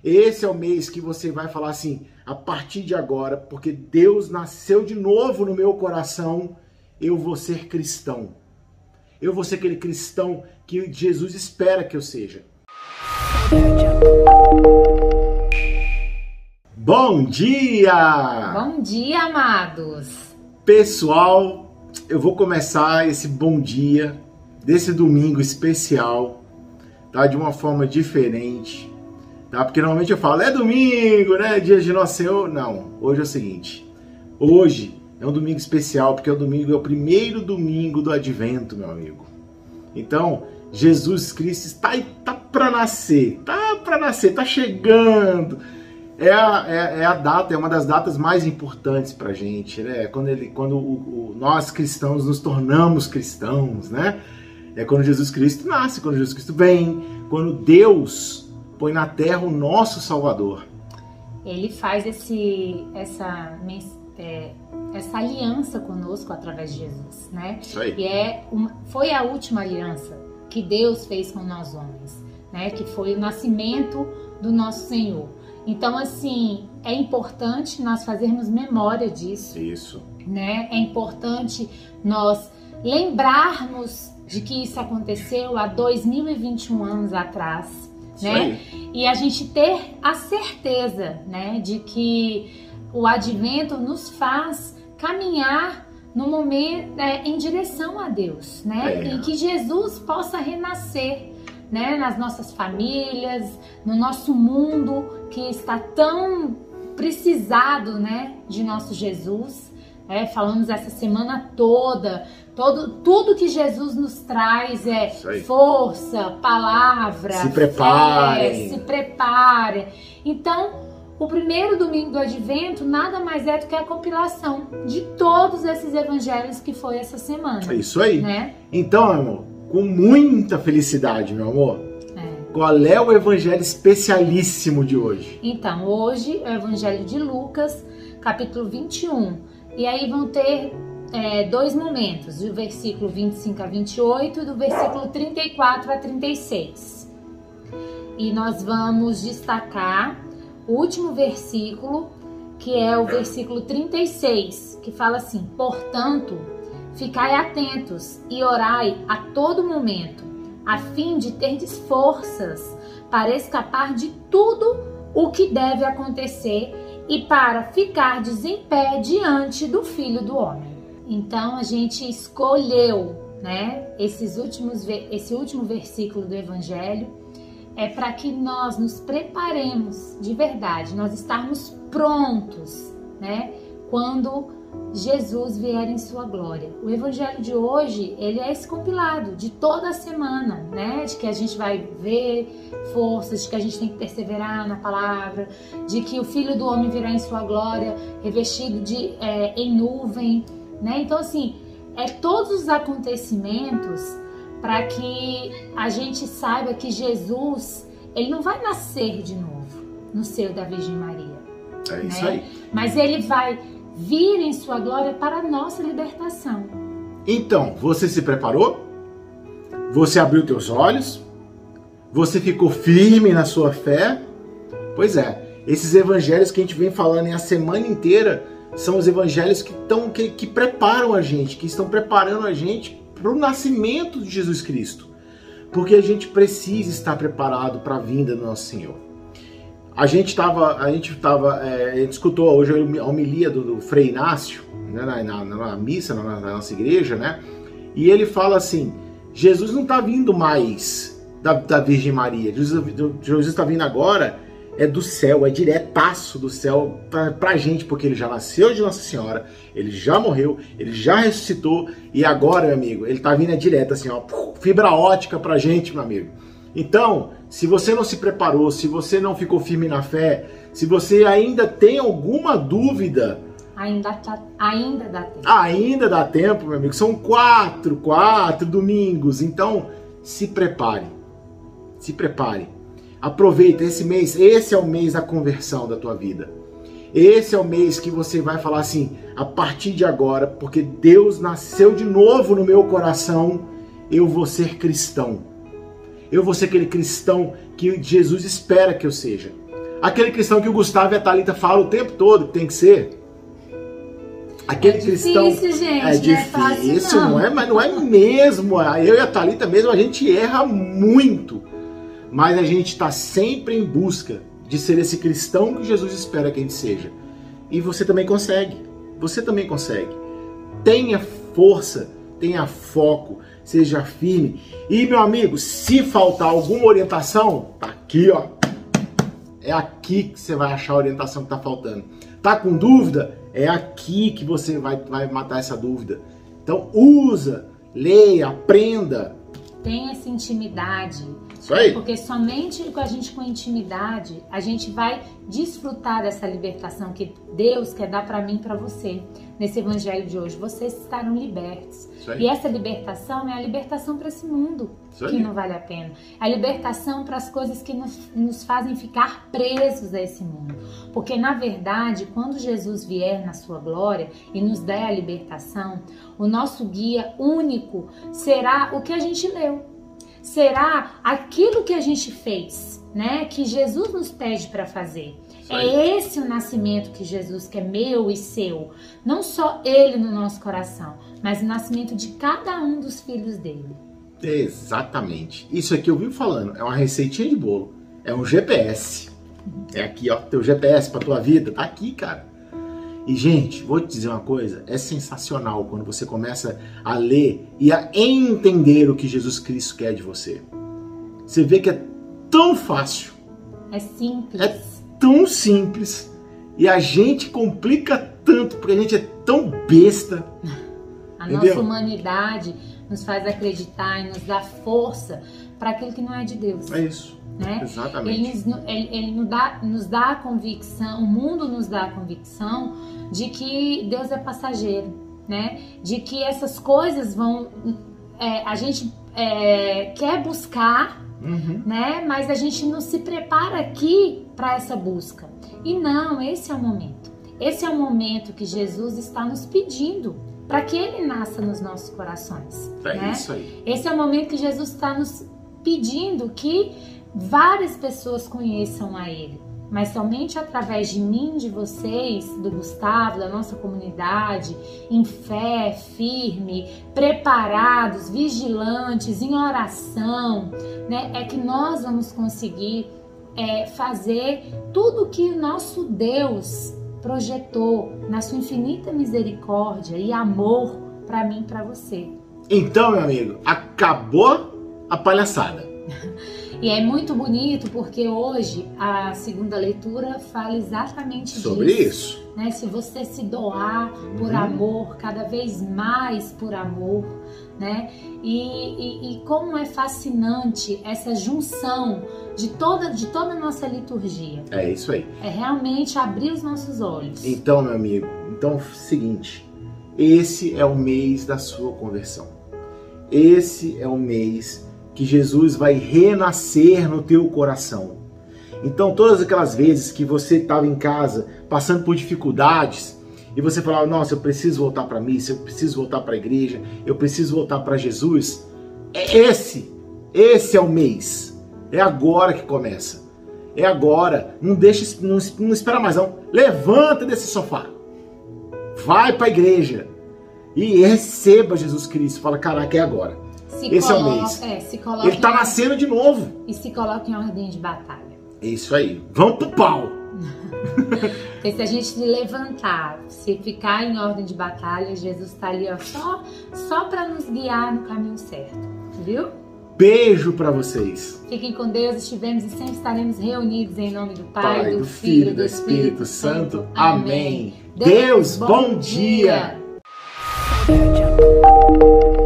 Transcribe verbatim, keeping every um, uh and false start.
Esse é o mês que você vai falar assim, a partir de agora, porque Deus nasceu de novo no meu coração, eu vou ser cristão. Eu vou ser aquele cristão que Jesus espera que eu seja. Bom dia! Bom dia, amados! Pessoal, eu vou começar esse bom dia, desse domingo especial, tá? De uma forma diferente. Tá? Porque normalmente eu falo, é domingo, né? Dia de Nosso Senhor. Não, hoje é o seguinte. Hoje é um domingo especial, porque é o domingo, é o primeiro domingo do Advento, meu amigo. Então, Jesus Cristo está, está para nascer. Está para nascer, está chegando. É a, é, é a data, é uma das datas mais importantes pra gente, né? Quando, ele, quando o, o, nós cristãos nos tornamos cristãos, né? É quando Jesus Cristo nasce, quando Jesus Cristo vem, quando Deus põe na terra o nosso Salvador. Ele faz esse, essa, é, essa aliança conosco através de Jesus, né? Isso aí. E é uma, foi a última aliança que Deus fez com nós homens, né? Que foi o nascimento do nosso Senhor. Então, assim, é importante nós fazermos memória disso. Isso. Né? É importante nós lembrarmos de que isso aconteceu há dois mil e vinte e um anos atrás. Né? E a gente ter a certeza, né, de que o Advento nos faz caminhar no momento, é, em direção a Deus, né? É. E que Jesus possa renascer, né, nas nossas famílias, no nosso mundo que está tão precisado, né, de nosso Jesus. É, falamos essa semana toda, todo, tudo que Jesus nos traz é força, palavra, se preparem. Fé, se preparem. Então, o primeiro domingo do Advento nada mais é do que a compilação de todos esses evangelhos que foi essa semana. É isso aí. Né? Então, meu amor, com muita felicidade, meu amor, é. Qual é o evangelho especialíssimo de hoje? Então, hoje é o evangelho de Lucas, capítulo vinte e um. E aí vão ter é, dois momentos, do versículo vinte e cinco a vinte e oito e do versículo trinta e quatro a trinta e seis. E nós vamos destacar o último versículo, que é o versículo trinta e seis, que fala assim: portanto, ficai atentos e orai a todo momento, a fim de terdes forças para escapar de tudo o que deve acontecer e para ficardes em pé diante do Filho do Homem. Então a gente escolheu, né, esses últimos, esse último versículo do Evangelho é para que nós nos preparemos de verdade, nós estarmos prontos, né, quando Jesus vier em sua glória. O Evangelho de hoje, ele é esse compilado de toda a semana, né? De que a gente vai ver forças, de que a gente tem que perseverar na palavra, de que o Filho do Homem virá em sua glória, revestido de, é, em nuvem, né? Então, assim, é todos os acontecimentos para que a gente saiba que Jesus, ele não vai nascer de novo no seio da Virgem Maria. É isso, né? aí. Mas ele vai vir em sua glória para a nossa libertação. Então, você se preparou? Você abriu teus olhos? Você ficou firme na sua fé? Pois é, esses evangelhos que a gente vem falando a semana inteira são os evangelhos que, tão, que, que preparam a gente, que estão preparando a gente para o nascimento de Jesus Cristo. Porque a gente precisa estar preparado para a vinda do nosso Senhor. A gente estava, a gente tava, é, a gente escutou hoje a homilia do, do Frei Inácio, né, na, na, na missa, na, na nossa igreja, né? E ele fala assim: Jesus não está vindo mais da, da Virgem Maria, Jesus está vindo agora é do céu, é diretaço do céu pra, pra gente, porque ele já nasceu de Nossa Senhora, ele já morreu, ele já ressuscitou e agora, meu amigo, ele está vindo é direto assim, ó, fibra ótica pra gente, meu amigo. Então, se você não se preparou, se você não ficou firme na fé, se você ainda tem alguma dúvida... Ainda, tá, ainda dá tempo. Ainda dá tempo, meu amigo. São quatro, quatro domingos. Então, se prepare. Se prepare. Aproveita esse mês. Esse é o mês da conversão da tua vida. Esse é o mês que você vai falar assim, a partir de agora, porque Deus nasceu de novo no meu coração, eu vou ser cristão. Eu vou ser aquele cristão que Jesus espera que eu seja. Aquele cristão que o Gustavo e a Thalita falam o tempo todo que tem que ser. Aquele é difícil, cristão gente, é difícil, não é fácil, não. não é, mas não é mesmo. Eu e a Thalita mesmo, a gente erra muito. Mas a gente está sempre em busca de ser esse cristão que Jesus espera que a gente seja. E você também consegue. Você também consegue. Tenha força, tenha foco, seja firme. E, meu amigo, se faltar alguma orientação, tá aqui, ó. É aqui que você vai achar a orientação que tá faltando. Tá com dúvida? É aqui que você vai, vai matar essa dúvida. Então, usa, leia, aprenda. Tenha essa intimidade. Isso aí. Porque somente com a gente com intimidade, a gente vai desfrutar dessa libertação que Deus quer dar para mim e para você. Nesse evangelho de hoje, vocês estarão libertos. Isso aí. E essa libertação é a libertação para esse mundo Isso que aí. não vale a pena. A libertação para as coisas que nos, nos fazem ficar presos a esse mundo. Porque, na verdade, quando Jesus vier na sua glória e nos der a libertação, o nosso guia único será o que a gente leu. Será aquilo que a gente fez, né? Que Jesus nos pede para fazer. É esse o nascimento que Jesus quer, meu e seu. Não só ele no nosso coração, mas o nascimento de cada um dos filhos dele. Exatamente. Isso aqui eu vivo falando, é uma receitinha de bolo. É um G P S. É aqui, ó, teu G P S pra tua vida, tá aqui, cara. E, gente, vou te dizer uma coisa, é sensacional quando você começa a ler e a entender o que Jesus Cristo quer de você. Você vê que é tão fácil. É simples. É tão simples. E a gente complica tanto, porque a gente é tão besta. A entendeu? Nossa humanidade nos faz acreditar e nos dá força para aquilo que não é de Deus. É isso. Né? Exatamente. Ele, nos, ele, ele nos, dá, nos dá a convicção, o mundo nos dá a convicção de que Deus é passageiro, né? De que essas coisas vão, é, a gente é, quer buscar, uhum. né? Mas a gente não se prepara aqui para essa busca. E não, esse é o momento. Esse é o momento que Jesus está nos pedindo para que Ele nasça nos nossos corações. É né? isso aí. Esse é o momento que Jesus está nos pedindo que várias pessoas conheçam a Ele, mas somente através de mim, de vocês, do Gustavo, da nossa comunidade, em fé, firme, preparados, vigilantes, em oração, né, é que nós vamos conseguir é, fazer tudo que o nosso Deus projetou na sua infinita misericórdia e amor para mim e para você. Então, meu amigo, acabou a palhaçada. E é muito bonito porque hoje a segunda leitura fala exatamente sobre disso, isso. Né? Se você se doar por uhum. amor, cada vez mais por amor, né? E, e, e como é fascinante essa junção de toda, de toda a nossa liturgia. É isso aí. É realmente abrir os nossos olhos. Então, meu amigo, então é o seguinte, esse é o mês da sua conversão. Esse é o mês que Jesus vai renascer no teu coração. Então, todas aquelas vezes que você estava em casa passando por dificuldades e você falava, nossa, eu preciso voltar para a missa, eu preciso voltar para a igreja, eu preciso voltar para Jesus, é esse, esse é o mês. É agora que começa. É agora. Não deixa, não, não espera mais não. Levanta desse sofá. Vai para a igreja e receba Jesus Cristo. Fala, caraca, é agora. Se Esse coloca, é o mês. É, se coloca Ele está em, nascendo de novo. E se coloca em ordem de batalha. É isso aí. Vamos pro pau. Porque se a gente se levantar, se ficar em ordem de batalha, Jesus está ali ó, só, só para nos guiar no caminho certo. Viu? Beijo para vocês. Fiquem com Deus. Estivemos e sempre estaremos reunidos em nome do Pai, Pai do, do Filho Filho e do Espírito, Espírito Santo. Santo. Amém. Deus, Deus, bom bom dia. dia.